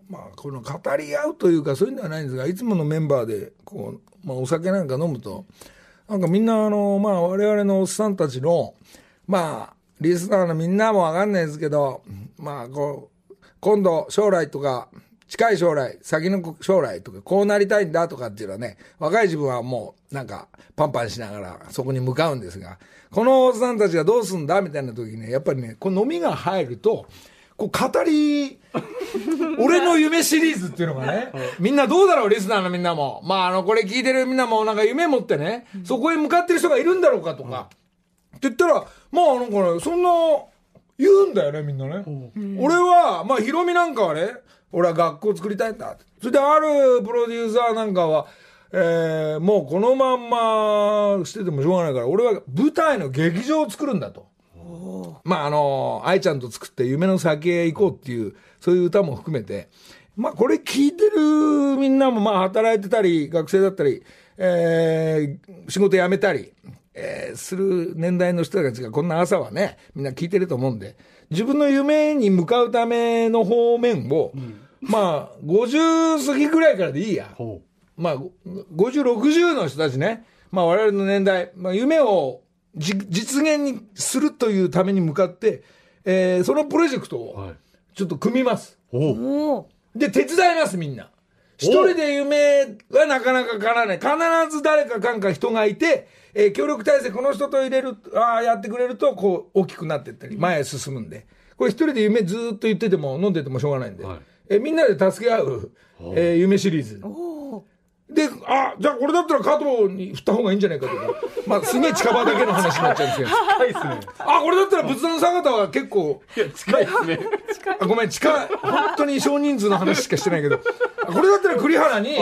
この語り合うというかそういうのはないんですが、いつものメンバーでこう、お酒なんか飲むとなんかみんな我々のおっさんたちのリスナーのみんなもわかんないですけど、今度将来とか近い将来先の将来とかこうなりたいんだとかっていうのはね、若い自分はもうなんかパンパンしながらそこに向かうんですが、このおっさんたちがどうすんだみたいな時にね、やっぱりね、この飲みが入るとこう語り俺の夢シリーズっていうのがね、みんなどうだろう、リスナーのみんなもこれ聞いてるみんなもなんか夢持ってね、そこへ向かってる人がいるんだろうかとか、って言ったらなんかね、そんな言うんだよね、みんなね。俺はヒロミなんかはね、俺は学校作りたいんだって。それであるプロデューサーなんかは、もうこのまんましててもしょうがないから、俺は舞台の劇場を作るんだと。愛ちゃんと作って夢の先へ行こうっていう、そういう歌も含めて、これ聞いてるみんなも働いてたり学生だったり、仕事辞めたり、する年代の人たちがこんな朝はね、みんな聞いてると思うんで、自分の夢に向かうための方面を、50過ぎぐらいからでいいや。50、60の人たちね、我々の年代、夢を実現にするというために向かって、そのプロジェクトをちょっと組みます。で、手伝います、みんな。一人で夢はなかなか叶わない。必ず誰か人がいて、協力体制この人とやってくれるとこう大きくなっていったり前へ進むんで、これ一人で夢ずっと言ってても飲んでてもしょうがないんで、みんなで助け合う、夢シリーズで、じゃあこれだったら加藤に振った方がいいんじゃないかとか、すげえ近場だけの話になっちゃうんですけど、 近いですね。 これだったら仏壇坂田は結構、 いや近いですね。 ごめん、近い、本当に少人数の話しかしてないけど、これだったら栗原に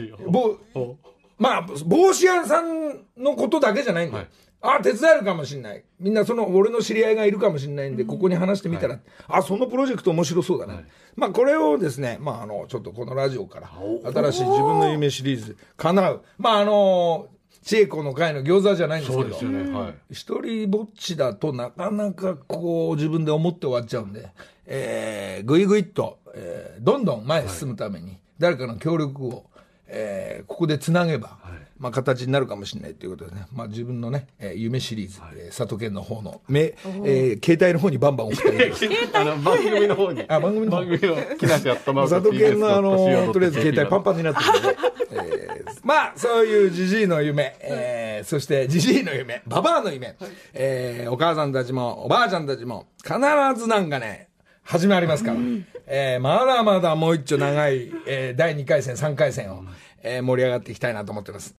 帽子屋さんのことだけじゃないんだよ。手伝えるかもしれない。みんな俺の知り合いがいるかもしれないんで、ここに話してみたら、そのプロジェクト面白そうだね。これをですね、ちょっとこのラジオから新しい自分の夢シリーズ叶う。千恵子の会の餃子じゃないんですけど、一人ぼっちだとなかなかこう自分で思って終わっちゃうんで、ぐいぐいっと、どんどん前へ進むために誰かの協力をここでつなげば、形になるかもしれないということでね、自分のね、夢シリーズ、佐渡県の方の携帯の方にバンバン送ったり番組の方に番組の木梨やったま佐渡県のとりあえず携帯パンパンになってるんで、そういうジジイの夢、そしてジジイの夢、ババアの夢、お母さんたちもおばあちゃんたちも必ずなんかね始まりますから、まだまだもう一丁長い、第2回戦3回戦を、盛り上がっていきたいなと思ってます。